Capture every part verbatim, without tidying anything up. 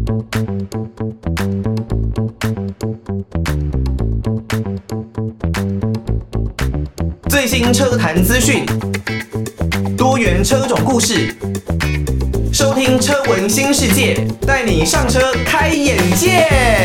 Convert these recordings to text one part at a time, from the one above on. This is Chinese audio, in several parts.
最新车坛资讯，多元车种故事，收听车闻新世界，带你上车开眼界。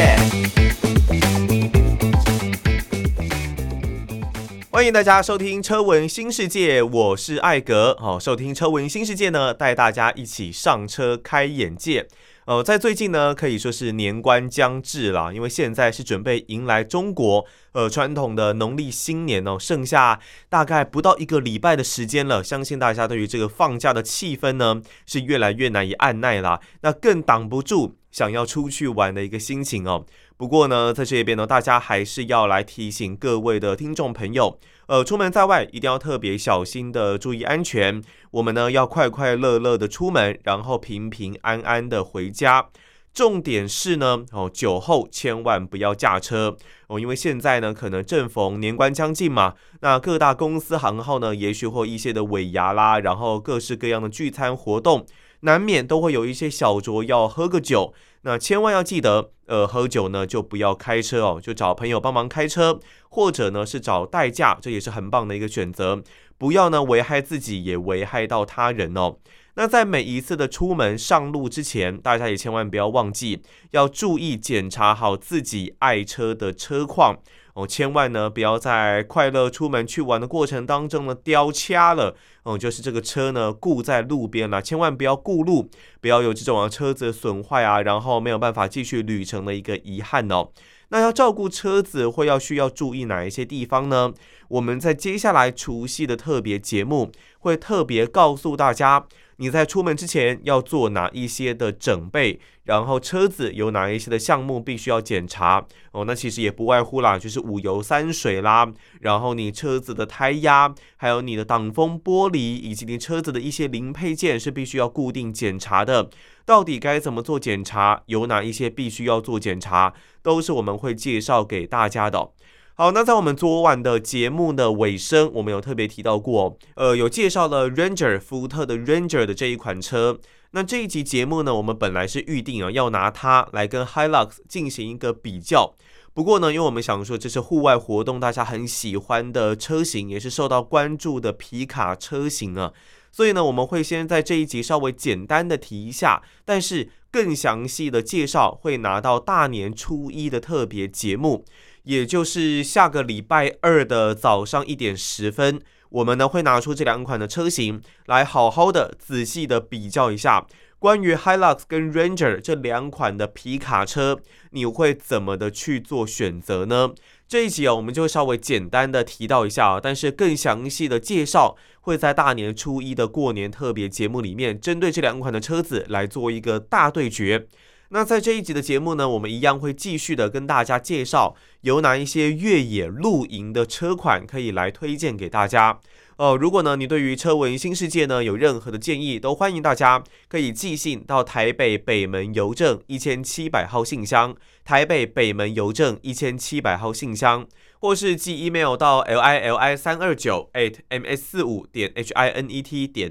欢迎大家收听车闻新世界，我是艾格。好，收听车闻新世界呢，带大家一起上车开眼界。呃，在最近呢，可以说是年关将至啦，因为现在是准备迎来中国呃传统的农历新年哦，剩下大概不到一个礼拜的时间了，相信大家对于这个放假的气氛呢，是越来越难以按耐啦，那更挡不住想要出去玩的一个心情哦。不过呢，在这边呢，大家还是要来提醒各位的听众朋友，呃，出门在外一定要特别小心的注意安全。我们呢要快快乐乐的出门，然后平平安安的回家。重点是呢，哦，酒后千万不要驾车哦，因为现在呢可能正逢年关将近嘛，那各大公司行号呢，也许会一些的尾牙啦，然后各式各样的聚餐活动，难免都会有一些小酌要喝个酒。那千万要记得，呃，喝酒呢就不要开车哦，就找朋友帮忙开车，或者呢是找代驾，这也是很棒的一个选择。不要呢危害自己，也危害到他人哦。那在每一次的出门上路之前，大家也千万不要忘记，要注意检查好自己爱车的车况哦，千万呢不要在快乐出门去玩的过程当中呢掉掐了哦，就是这个车呢顾在路边啦，千万不要顾路，不要有这种啊车子损坏啊，然后没有办法继续旅程的一个遗憾哦。那要照顾车子会要需要注意哪一些地方呢？我们在接下来除夕的特别节目会特别告诉大家，你在出门之前要做哪一些的准备，然后车子有哪一些的项目必须要检查哦。那其实也不外乎啦，就是五油三水啦，然后你车子的胎压，还有你的挡风玻璃，以及你车子的一些零配件是必须要固定检查的。到底该怎么做检查？有哪一些必须要做检查？都是我们会介绍给大家的。好，那在我们昨晚的节目的尾声，我们有特别提到过，呃，有介绍了 Ranger 福特的 Ranger 的这一款车。那这一集节目呢，我们本来是预定啊要拿它来跟 Hilux 进行一个比较。不过呢，因为我们想说这是户外活动，大家很喜欢的车型，也是受到关注的皮卡车型啊。所以呢，我们会先在这一集稍微简单的提一下，但是更详细的介绍会拿到大年初一的特别节目，也就是下个礼拜二的早上一点十分，我们呢会拿出这两款的车型来好好的仔细的比较一下，关于 Hilux 跟 Ranger 这两款的皮卡车，你会怎么的去做选择呢？这一集啊，我们就稍微简单的提到一下，但是更详细的介绍会在大年初一的过年特别节目里面，针对这两款的车子来做一个大对决。那在这一集的节目呢，我们一样会继续的跟大家介绍有哪一些越野露营的车款可以来推荐给大家。呃，如果呢你对于车闻新世界呢有任何的建议，都欢迎大家可以寄信到台北北门邮政一千七百号信箱，台北北门邮政一千七百号信箱，或是寄 email 到 lili 三二九 at ms 四五 点 hinet 点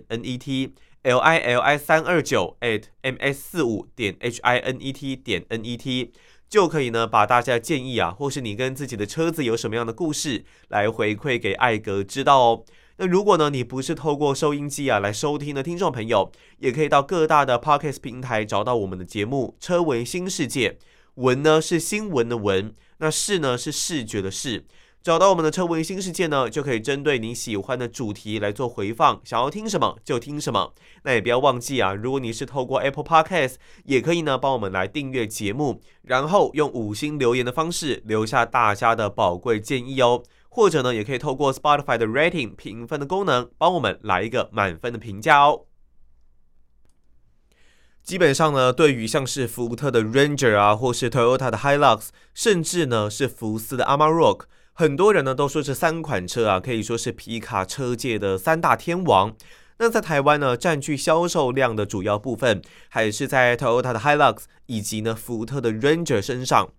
net。lili 三二九 at ms 四五 点 hinet 点 net 就可以呢把大家的建议啊，或是你跟自己的车子有什么样的故事来回馈给艾格知道哦。那如果呢你不是透过收音机啊来收听的听众朋友，也可以到各大的 Podcast 平台找到我们的节目车闻新世界，闻呢是新闻的闻，那视呢是视觉的视。找到我们的车闻新世界呢，就可以针对你喜欢的主题来做回放，想要听什么就听什么。那也不要忘记啊，如果你是透过 Apple Podcast， 也可以呢帮我们来订阅节目，然后用五星留言的方式留下大家的宝贵建议哦。或者呢，也可以透过 Spotify 的 Rating 评分的功能，帮我们来一个满分的评价哦。基本上呢，对于像是福特的 Ranger 啊，或是 Toyota 的 Hilux， 甚至呢是福斯的 Amarok， 很多人呢都说这三款车啊，可以说是皮卡车界的三大天王。那在台湾呢，占据销售量的主要部分，还是在 Toyota 的 Hilux 以及呢福特的 Ranger 身上。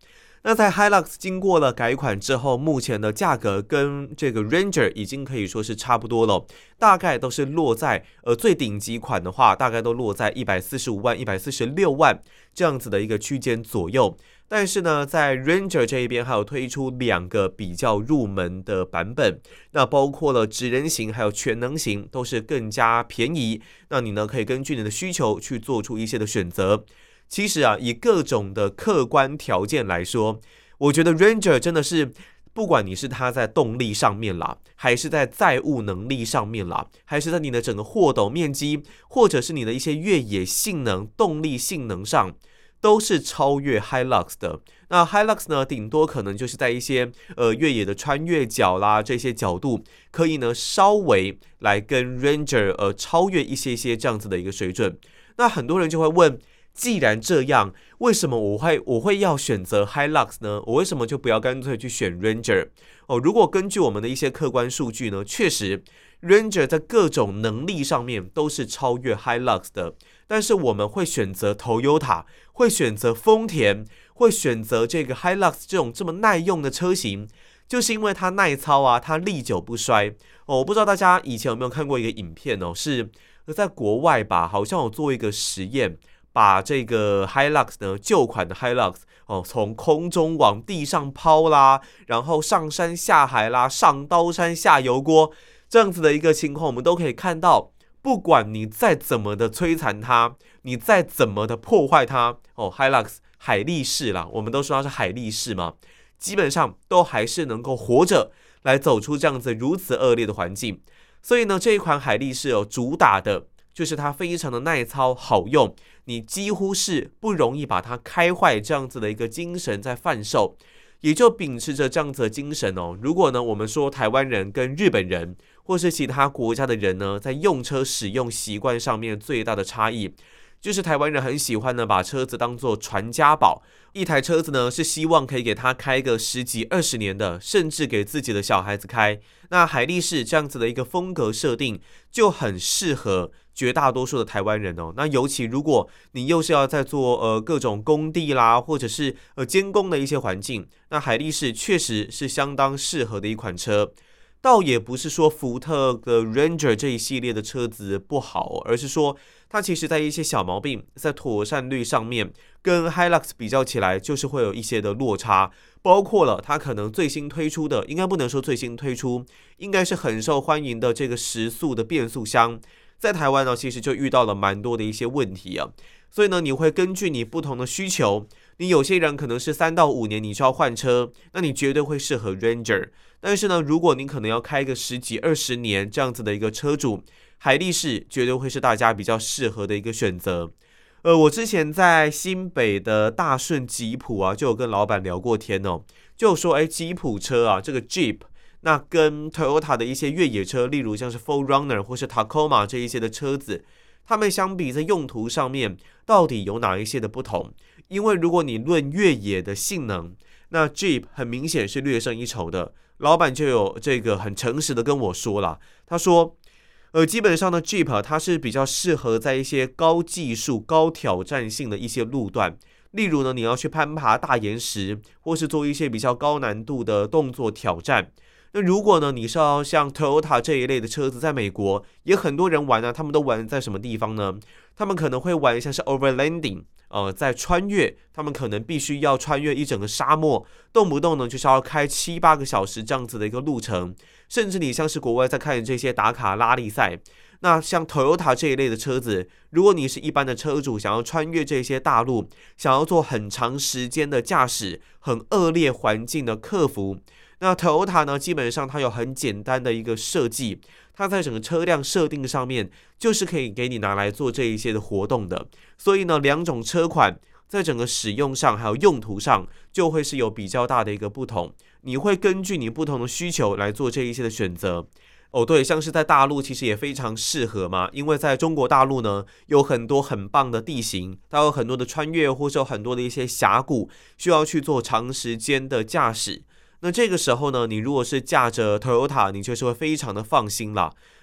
那在 Hilux 经过了改款之后，目前的价格跟这个 Ranger 已经可以说是差不多了，大概都是落在呃最顶级款的话，大概都落在一百四十五万、一百四十六万这样子的一个区间左右。但是呢，在 Ranger 这一边还有推出两个比较入门的版本，那包括了职人型还有全能型，都是更加便宜。那你呢可以根据你的需求去做出一些的选择。其实啊，以各种的客观条件来说，我觉得 Ranger 真的是，不管你是它在动力上面啦，还是在载物能力上面啦，还是在你的整个货斗面积，或者是你的一些越野性能、动力性能上，都是超越 Hilux 的。那 Hilux 呢，顶多可能就是在一些呃越野的穿越角啦这些角度，可以呢稍微来跟 Ranger 呃超越一些些这样子的一个水准。那很多人就会问，既然这样，为什么我会我会要选择 Hilux 呢？我为什么就不要干脆去选 Ranger？ 哦，如果根据我们的一些客观数据呢，确实 Ranger 在各种能力上面都是超越 Hilux 的，但是我们会选择 Toyota， 会选择丰田，会选择这个 Hilux 这种这么耐用的车型，就是因为它耐操啊，它历久不衰。哦，我不知道大家以前有没有看过一个影片哦，是在国外吧，好像有做一个实验。把这个 Hilux 呢，旧款的 Hilux 哦，从空中往地上抛啦，然后上山下海啦，上刀山下油锅这样子的一个情况，我们都可以看到，不管你再怎么的摧残它，你再怎么的破坏它，哦 ，Hilux 海力士啦，我们都说它是海力士嘛，基本上都还是能够活着来走出这样子如此恶劣的环境。所以呢，这一款海力士有主打的就是它非常的耐操好用。你几乎是不容易把它开坏这样子的一个精神在贩售，也就秉持着这样子的精神哦。如果呢，我们说台湾人跟日本人或是其他国家的人呢，在用车使用习惯上面最大的差异，就是台湾人很喜欢呢把车子当作传家宝，一台车子呢是希望可以给他开个十几二十年的，甚至给自己的小孩子开。那海力士这样子的一个风格设定就很适合绝大多数的台湾人哦。那尤其如果你又是要在做呃各种工地啦，或者是呃监工的一些环境，那海力士确实是相当适合的一款车。倒也不是说福特的 Ranger 这一系列的车子不好，而是说它其实在一些小毛病，在妥善率上面跟 Hilux 比较起来，就是会有一些的落差。包括了它可能最新推出的，应该不能说最新推出，应该是很受欢迎的这个时速的变速箱，在台湾呢，其实就遇到了蛮多的一些问题啊。所以呢，你会根据你不同的需求，你有些人可能是三到五年你就要换车，那你绝对会适合 Ranger。但是呢，如果你可能要开个十几二十年这样子的一个车主，海力士绝对会是大家比较适合的一个选择。呃，我之前在新北的大顺吉普啊，就有跟老板聊过天哦，就说哎，吉普车啊，这个 Jeep， 那跟 Toyota 的一些越野车，例如像是 四 Runner 或是 Tacoma 这一些的车子，他们相比在用途上面到底有哪一些的不同？因为如果你论越野的性能，那 Jeep 很明显是略胜一筹的。老板就有这个很诚实的跟我说了，他说呃，基本上呢 Jeep 啊，它是比较适合在一些高技术、高挑战性的一些路段，例如呢，你要去攀爬大岩石，或是做一些比较高难度的动作挑战。那如果呢，你是要像 Toyota 这一类的车子，在美国也很多人玩啊，他们都玩在什么地方呢？他们可能会玩像是 overlanding， 呃，在穿越，他们可能必须要穿越一整个沙漠，动不动呢就是要开七八个小时这样子的一个路程。甚至你像是国外在看这些打卡拉力赛，那像 Toyota 这一类的车子，如果你是一般的车主，想要穿越这些大路，想要做很长时间的驾驶，很恶劣环境的克服，那 Toyota 呢，基本上它有很简单的一个设计，它在整个车辆设定上面就是可以给你拿来做这一些的活动的。所以呢，两种车款在整个使用上还有用途上就会是有比较大的一个不同，你会根据你不同的需求来做这一些的选择。哦，对，像是在大陆其实也非常适合嘛，因为在中国大陆呢，有很多很棒的地形，它有很多的穿越，或是有很多的一些峡谷，需要去做长时间的驾驶。那这个时候呢，你如果是驾着 Toyota， 你就是会非常的放心啦。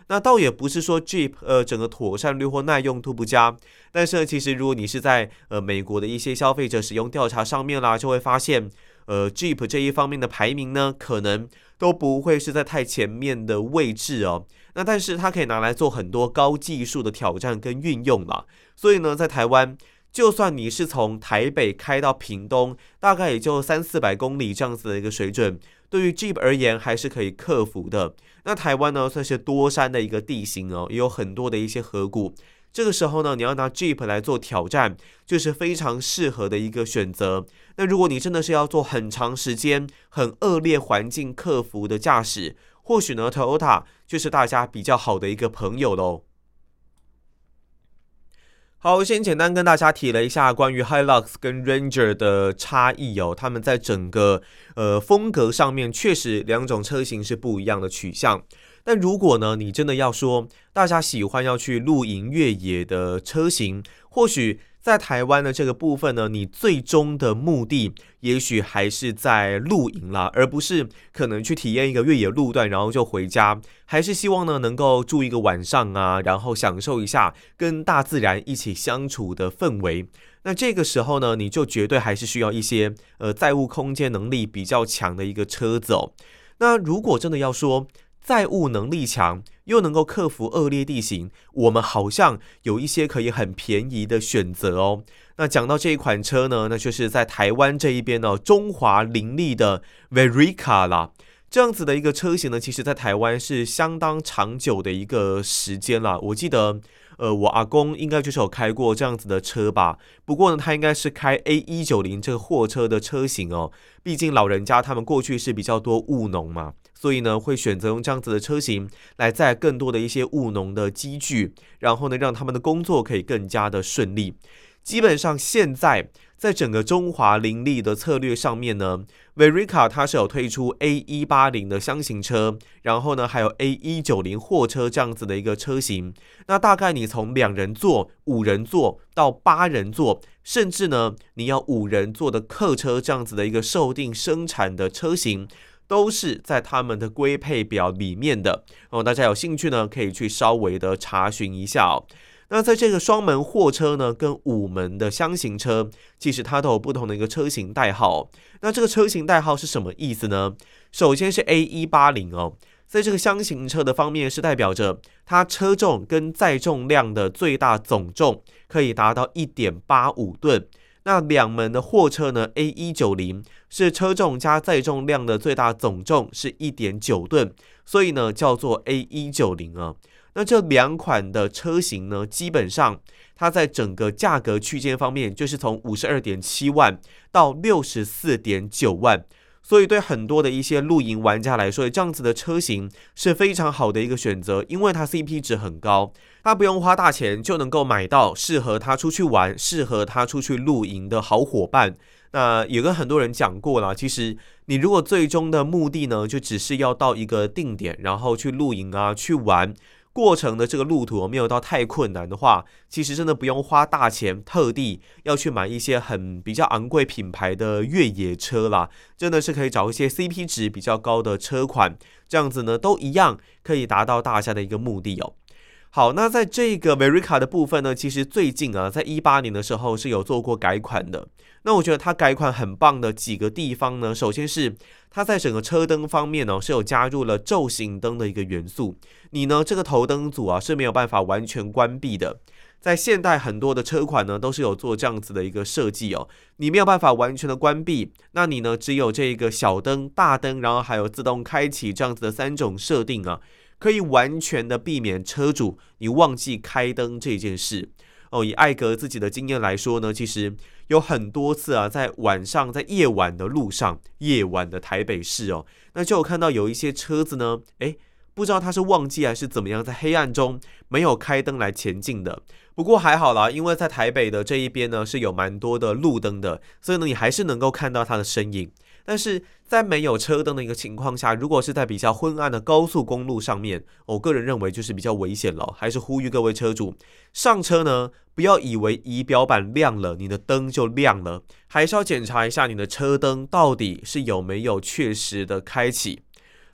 那倒也不是说 Jeep 呃整个妥善率或耐用度不佳，但是呢，其实如果你是在呃美国的一些消费者使用调查上面啦，就会发现，呃 Jeep 这一方面的排名呢，可能都不会是在太前面的位置哦。那但是它可以拿来做很多高技术的挑战跟运用啦。所以呢，在台湾，就算你是从台北开到屏东，大概也就三四百公里这样子的一个水准，对于 Jeep 而言还是可以克服的。那台湾呢，算是多山的一个地形哦，也有很多的一些河谷。这个时候呢，你要拿 Jeep 来做挑战，就是非常适合的一个选择。那如果你真的是要做很长时间、很恶劣环境克服的驾驶，或许呢 Toyota 就是大家比较好的一个朋友喽。好，先简单跟大家提了一下关于 Hilux 跟 Ranger 的差异哦，他们在整个呃风格上面确实两种车型是不一样的取向。但如果呢，你真的要说大家喜欢要去露营越野的车型，或许在台湾的这个部分呢，你最终的目的也许还是在露营啦，而不是可能去体验一个越野路段然后就回家，还是希望呢能够住一个晚上啊，然后享受一下跟大自然一起相处的氛围。那这个时候呢，你就绝对还是需要一些呃载物空间能力比较强的一个车子哦。那如果真的要说载物能力强又能够克服恶劣地形，我们好像有一些可以很便宜的选择哦。那讲到这一款车呢，那就是在台湾这一边呢，中华凌力的 Verica 啦。这样子的一个车型呢，其实在台湾是相当长久的一个时间啦。我记得呃，我阿公应该就是有开过这样子的车吧，不过呢，他应该是开 A 一九零 这个货车的车型哦，毕竟老人家他们过去是比较多务农嘛，所以呢，会选择用这样子的车型来载更多的一些务农的机具，然后呢，让他们的工作可以更加的顺利。基本上现在在整个中华凌力的策略上面呢 Verica 它是有推出 A 一八零 的箱型车，然后呢还有 A 一九零 货车这样子的一个车型。那大概你从两人座、五人座到八人座，甚至呢你要五人座的客车这样子的一个售定生产的车型，都是在他们的规配表里面的哦。大家有兴趣呢可以去稍微的查询一下哦。那在这个双门货车呢，跟五门的箱型车，其实它都有不同的一个车型代号。那这个车型代号是什么意思呢？首先是 A 一八零 哦，在这个箱型车的方面是代表着它车重跟载重量的最大总重可以达到 一点八五吨。那两门的货车呢 A 一九零 是车重加载重量的最大总重是 一点九吨，所以呢叫做 A 一九零 啊。那这两款的车型呢，基本上它在整个价格区间方面，就是从 五十二点七万到 六十四点九万，所以对很多的一些露营玩家来说，这样子的车型是非常好的一个选择，因为它 C P 值很高，他不用花大钱就能够买到适合他出去玩、适合他出去露营的好伙伴。那也跟很多人讲过啦，其实你如果最终的目的呢，就只是要到一个定点，然后去露营啊、去玩，过程的这个路途没有到太困难的话，其实真的不用花大钱特地要去买一些很比较昂贵品牌的越野车啦，真的是可以找一些 C P 值比较高的车款，这样子呢都一样可以达到大家的一个目的哦。好，那在这个 Verica 的部分呢，其实最近啊，在一八年的时候是有做过改款的。那我觉得它改款很棒的几个地方呢，首先是它在整个车灯方面呢，是有加入了昼行灯的一个元素。你呢这个头灯组啊是没有办法完全关闭的。在现代很多的车款呢，都是有做这样子的一个设计哦，你没有办法完全的关闭，那你呢只有这个小灯、大灯，然后还有自动开启这样子的三种设定啊。可以完全的避免车主你忘记开灯这件事哦。以艾格自己的经验来说呢，其实有很多次啊，在晚上在夜晚的路上，夜晚的台北市哦，那就有看到有一些车子呢，诶，不知道他是忘记还是怎么样，在黑暗中没有开灯来前进的。不过还好啦，因为在台北的这一边呢是有蛮多的路灯的，所以呢你还是能够看到他的身影。但是在没有车灯的一个情况下，如果是在比较昏暗的高速公路上面，我个人认为就是比较危险了，还是呼吁各位车主上车呢，不要以为仪表板亮了，你的灯就亮了，还是要检查一下你的车灯到底是有没有确实的开启。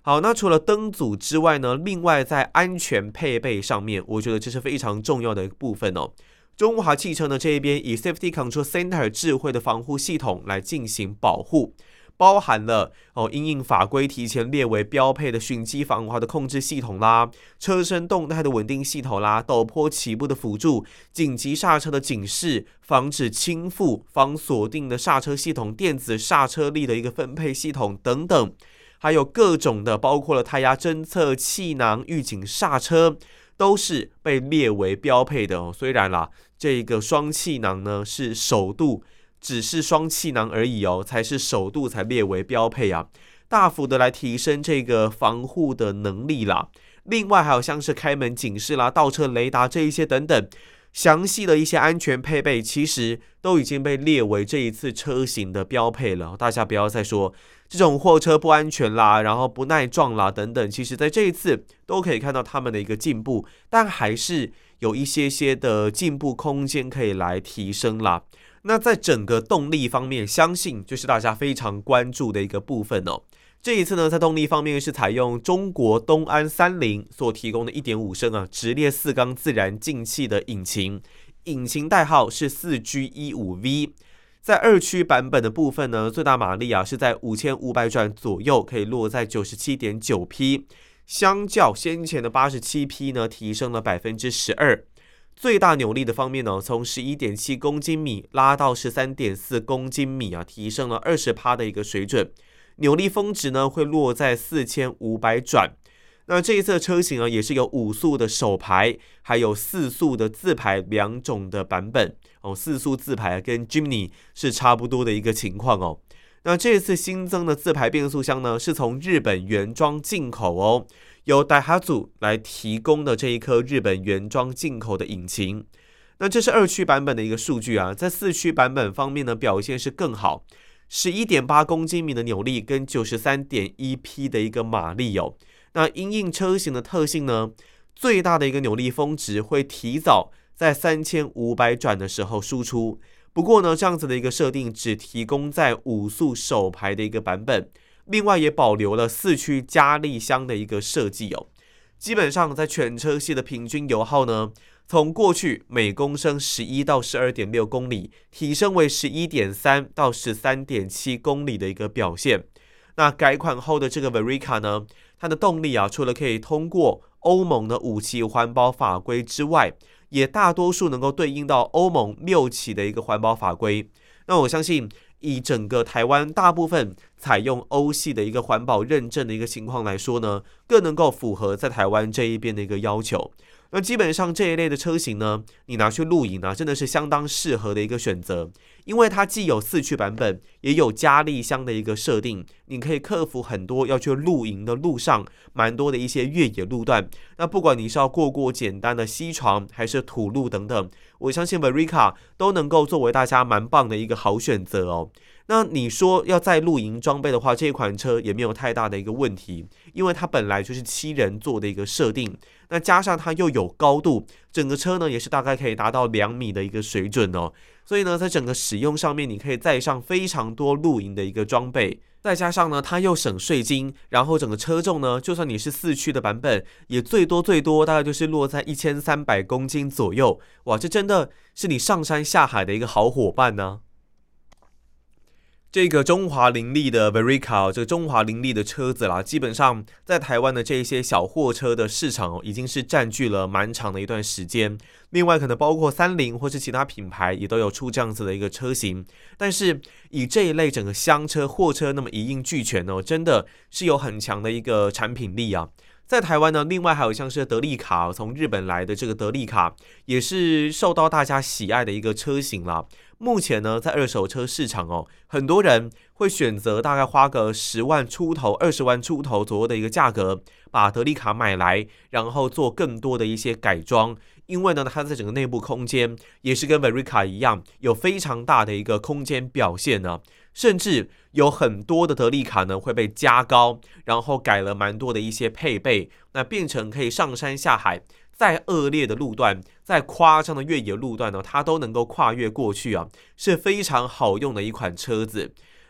好，那除了灯组之外呢，另外在安全配备上面，我觉得这是非常重要的一个部分哦。中华汽车呢这一边以 Safety Control Center 智慧的防护系统来进行保护，包含了哦，因应法规提前列为标配的循迹防滑的控制系统啦，车身动态的稳定系统啦，陡坡起步的辅助，紧急刹车的警示，防止倾覆，防锁定的刹车系统，电子刹车力的一个分配系统等等。还有各种的，包括了胎压侦测、气囊、预警刹车，都是被列为标配的哦。虽然啦，这个双气囊呢是首度，只是双气囊而已哦，才是首度才列为标配啊，大幅的来提升这个防护的能力啦。另外还有像是开门警示啦、倒车雷达这一些等等。详细的一些安全配备其实都已经被列为这一次车型的标配了，大家不要再说这种货车不安全啦，然后不耐撞啦等等，其实在这一次都可以看到他们的一个进步，但还是有一些些的进步空间可以来提升啦。那在整个动力方面，相信就是大家非常关注的一个部分哦。这一次呢，在动力方面是采用中国东安三菱所提供的 一点五 升啊直列四缸自然进气的引擎，引擎代号是 四 G 十五 V。在二驱版本的部分呢，最大马力啊是在五千五百转左右，可以落在 九十七点九匹，相较先前的八十七匹呢，提升了 百分之十二。最大扭力的方面呢，从 十一点七公斤米拉到 十三点四公斤米啊，提升了 百分之二十 的一个水准。扭力峰值呢会落在四千五百转。那这一次的车型呢，也是有五速的手排，还有四速的自排两种的版本哦。四速自排跟 Jimny 是差不多的一个情况哦。那这一次新增的自排变速箱呢，是从日本原装进口哦，由 Daihatsu 来提供的这一颗日本原装进口的引擎。那这是二驱版本的一个数据啊，在四驱版本方面呢，表现是更好。十一点八公斤米的扭力跟 九十三点一匹的一个马力哦。那因应车型的特性呢，最大的一个扭力峰值会提早在三千五百转的时候输出。不过呢，这样子的一个设定只提供在五速手排的一个版本，另外也保留了四驱加力箱的一个设计哦。基本上在全车系的平均油耗呢，从过去每公升十一到 十二点六公里，提升为 十一点三到 十三点七公里的一个表现。那改款后的这个 Verica 呢，它的动力啊，除了可以通过欧盟的五期环保法规之外，也大多数能够对应到欧盟六期的一个环保法规。那我相信以整个台湾大部分采用欧系的一个环保认证的一个情况来说呢，更能够符合在台湾这一边的一个要求。那基本上这一类的车型呢，你拿去露营啊，真的是相当适合的一个选择，因为它既有四驱版本，也有加力箱的一个设定，你可以克服很多要去露营的路上蛮多的一些越野路段。那不管你是要过过简单的溪床，还是土路等等，我相信 Verica 都能够作为大家蛮棒的一个好选择哦。那你说要在露营装备的话，这款车也没有太大的一个问题，因为它本来就是七人座的一个设定，那加上它又有高度，整个车呢也是大概可以达到两米的一个水准哦。所以呢，在整个使用上面，你可以载上非常多露营的一个装备，再加上呢，它又省税金，然后整个车重呢，就算你是四驱的版本，也最多最多大概就是落在一千三百公斤左右。哇，这真的是你上山下海的一个好伙伴呢。这个中华凌力的 Verica， 这个中华凌力的车子啦，基本上在台湾的这些小货车的市场哦，已经是占据了蛮长的一段时间。另外，可能包括三菱或是其他品牌也都有出这样子的一个车型。但是以这一类整个厢车、货车那么一应俱全哦，真的是有很强的一个产品力啊。在台湾呢，另外还有像是德利卡，从日本来的这个德利卡，也是受到大家喜爱的一个车型啦。目前呢，在二手车市场哦，很多人会选择大概花个十万出头、二十万出头左右的一个价格，把德利卡买来，然后做更多的一些改装。因为呢，它在整个内部空间也是跟 Verica 一样，有非常大的一个空间表现呢。甚至有很多的德利卡呢会被加高，然后改了蛮多的一些配备，那变成可以上山下海，再恶劣的路段，再夸张的越野路段呢，它都能够跨越过去啊，是非常好用的一款车子。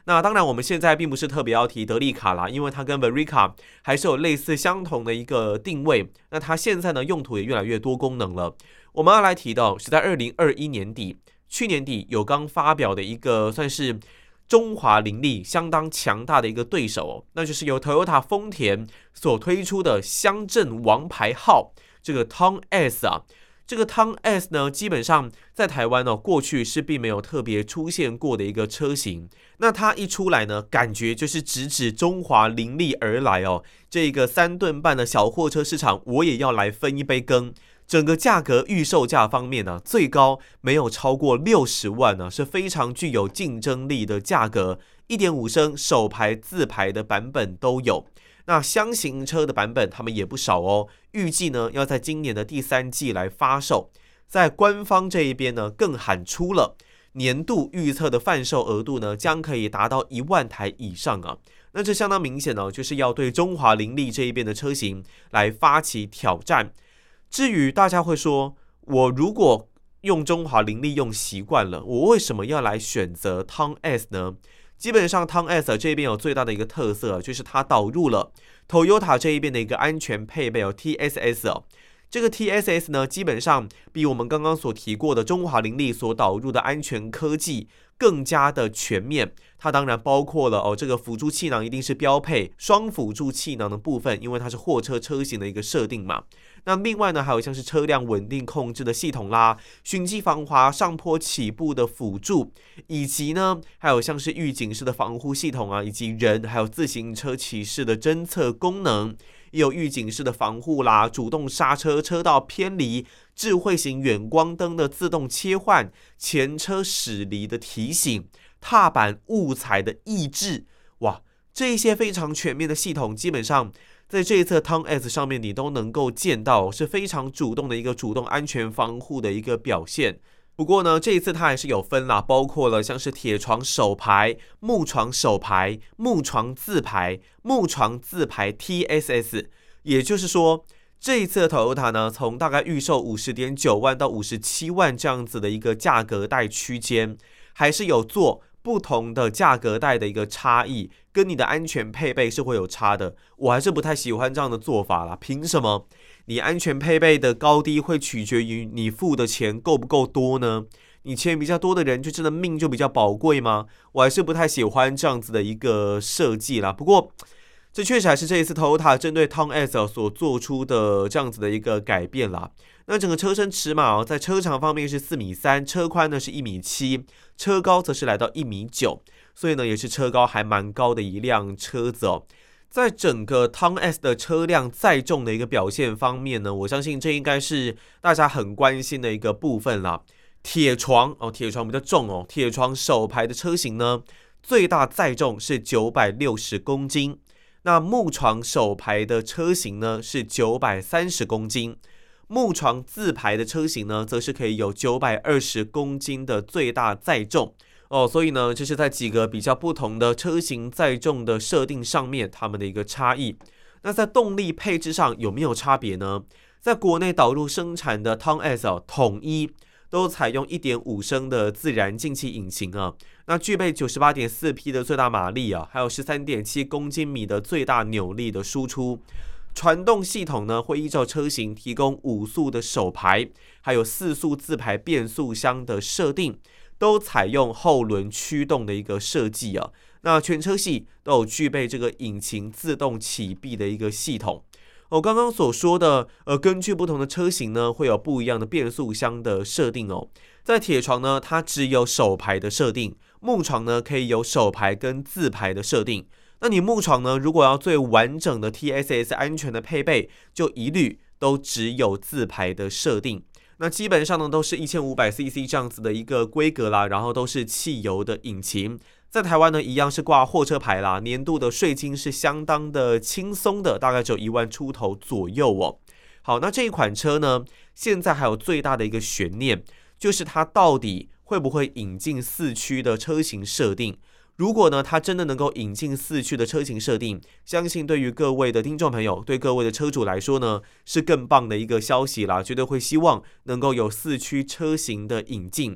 那当然，我们现在并不是特别要提德利卡啦，因为它跟 Verica 还是有类似相同的一个定位。那它现在呢，用途也越来越多功能了。我们要来提到是在二零二一年底，去年底有刚发表的一个算是中华凌力相当强大的一个对手、哦，那就是由 Toyota 丰田所推出的乡镇王牌号这个 Town S 啊。这个 Town S 呢，基本上在台湾呢、哦，过去是并没有特别出现过的一个车型。那它一出来呢，感觉就是直指中华凌力而来哦。这个三吨半的小货车市场，我也要来分一杯羹。整个价格预售价方面呢，最高没有超过六十万呢，是非常具有竞争力的价格。一点五 升手排、自排的版本都有。那箱型车的版本他们也不少哦，预计呢要在今年的第三季来发售。在官方这一边呢，更喊出了年度预测的贩售额度呢，将可以达到一万台以上啊。那这相当明显呢，就是要对中华凌力这一边的车型来发起挑战。至于大家会说，我如果用中华凌力用习惯了，我为什么要来选择 Town S 呢？基本上 Town S 这边有最大的一个特色，就是它导入了 Toyota 这一边的一个安全配备哦 T S S 哦。这个 T S S 呢，基本上比我们刚刚所提过的中华凌力所导入的安全科技更加的全面。它当然包括了哦，这个辅助气囊一定是标配双辅助气囊的部分，因为它是货车车型的一个设定嘛。那另外呢，还有像是车辆稳定控制的系统啦，循迹防滑、上坡起步的辅助，以及呢，还有像是预警式的防护系统啊，以及人还有自行车骑士的侦测功能，也有预警式的防护啦，主动刹车、车道偏离、智慧型远光灯的自动切换、前车驶离的提醒、踏板误踩的抑制，哇，这一些非常全面的系统，基本上在这一次 Town S 上面你都能够见到，是非常主动的一个主动安全防护的一个表现。不过呢，这一次它还是有分啦，包括了像是铁床手排、木床手排、木床自排、木床自排 T S S， 也就是说，这一次的 Toyota 呢，从大概预售 五十点九万到五十七万这样子的一个价格带区间，还是有做不同的价格带的一个差异，跟你的安全配备是会有差的。我还是不太喜欢这样的做法啦，凭什么你安全配备的高低会取决于你付的钱够不够多呢？你钱比较多的人就真的命就比较宝贵吗？我还是不太喜欢这样子的一个设计啦。不过这确实还是这一次 Toyota 针对 Town S 所做出的这样子的一个改变啦。那整个车身尺码、哦、在车长方面是四米三，车宽呢是一米七，车高则是来到一米九，所以呢也是车高还蛮高的一辆车子哦。在整个 Town S 的车辆载重的一个表现方面呢，我相信这应该是大家很关心的一个部分啦。铁床哦，铁床比较重哦，铁床手排的车型呢，最大载重是九百六十公斤。那木床手排的车型呢是九百三十公斤，木床自排的车型呢，则是可以有九百二十公斤的最大载重哦。所以呢，这是在几个比较不同的车型载重的设定上面，它们的一个差异。那在动力配置上有没有差别呢？在国内导入生产的 Town S、哦、统一都采用 一点五 升的自然进气引擎啊，那具备 九十八点四匹的最大马力啊，还有 十三点七公斤米的最大扭力的输出。传动系统呢，会依照车型提供五速的手排，还有四速自排变速箱的设定，都采用后轮驱动的一个设计啊。那全车系都有具备这个引擎自动启闭的一个系统。我刚刚所说的，呃，根据不同的车型呢，会有不一样的变速箱的设定哦。在铁床呢，它只有手排的设定；木床呢，可以有手排跟自排的设定。那你木床呢，如果要最完整的 T S S 安全的配备，就一律都只有自排的设定。那基本上呢，都是 一千五百 C C 这样子的一个规格啦，然后都是汽油的引擎。在台湾呢，一样是挂货车牌啦，年度的税金是相当的轻松的，大概只有一万出头左右哦。好，那这一款车呢，现在还有最大的一个悬念，就是它到底会不会引进四驱的车型设定？如果呢，它真的能够引进四驱的车型设定，相信对于各位的听众朋友，对各位的车主来说呢，是更棒的一个消息啦，绝对会希望能够有四驱车型的引进。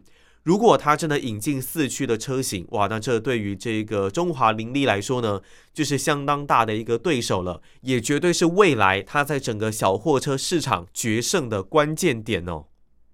如果它真的引进四驱的车型，哇，那这对于这个中华凌力来说呢，就是相当大的一个对手了，也绝对是未来它在整个小货车市场决胜的关键点哦。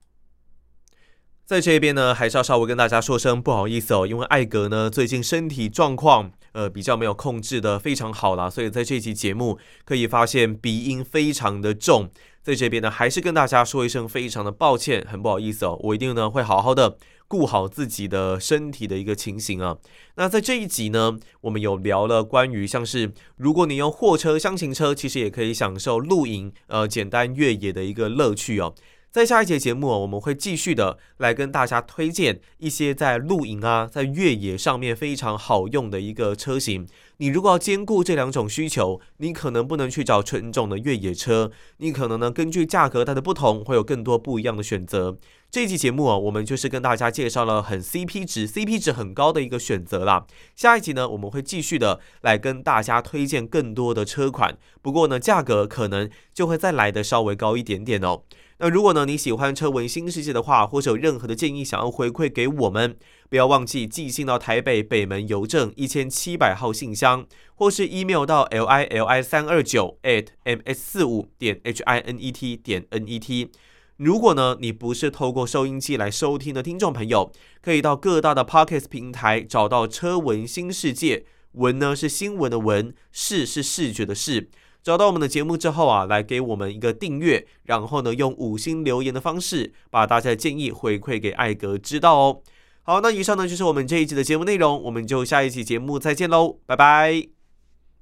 在这边呢，还是要稍微跟大家说声不好意思哦，因为艾格呢最近身体状况呃比较没有控制的非常好啦，所以在这期节目可以发现鼻音非常的重，在这边呢还是跟大家说一声非常的抱歉，很不好意思哦，我一定呢会好好的顾好自己的身体的一个情形啊。那在这一集呢，我们有聊了关于像是如果你用货车、厢型车，其实也可以享受露营、呃简单越野的一个乐趣哦。在下一节节目，我们会继续的来跟大家推荐一些在露营啊、在越野上面非常好用的一个车型。你如果要兼顾这两种需求，你可能不能去找纯种的越野车，你可能呢根据价格带的不同，会有更多不一样的选择。这一期节目啊，我们就是跟大家介绍了很 C P 值、C P 值很高的一个选择啦。下一集呢，我们会继续的来跟大家推荐更多的车款，不过呢，价格可能就会再来的稍微高一点点哦。那如果呢你喜欢车闻新世界的话，或者有任何的建议想要回馈给我们，不要忘记寄信到台北北门邮政一千七百号信箱，或是 email 到 l i l i 三二九 at m s 四五 点 h i n e t 点 n e t。如果呢你不是透过收音机来收听的听众朋友，可以到各大的 Podcast 平台找到车闻新世界，闻呢是新闻的闻，视是视觉的视。找到我们的节目之后啊，来给我们一个订阅，然后呢用五星留言的方式把大家的建议回馈给艾格知道哦。好，那以上呢就是我们这一集的节目内容，我们就下一期节目再见喽，拜拜。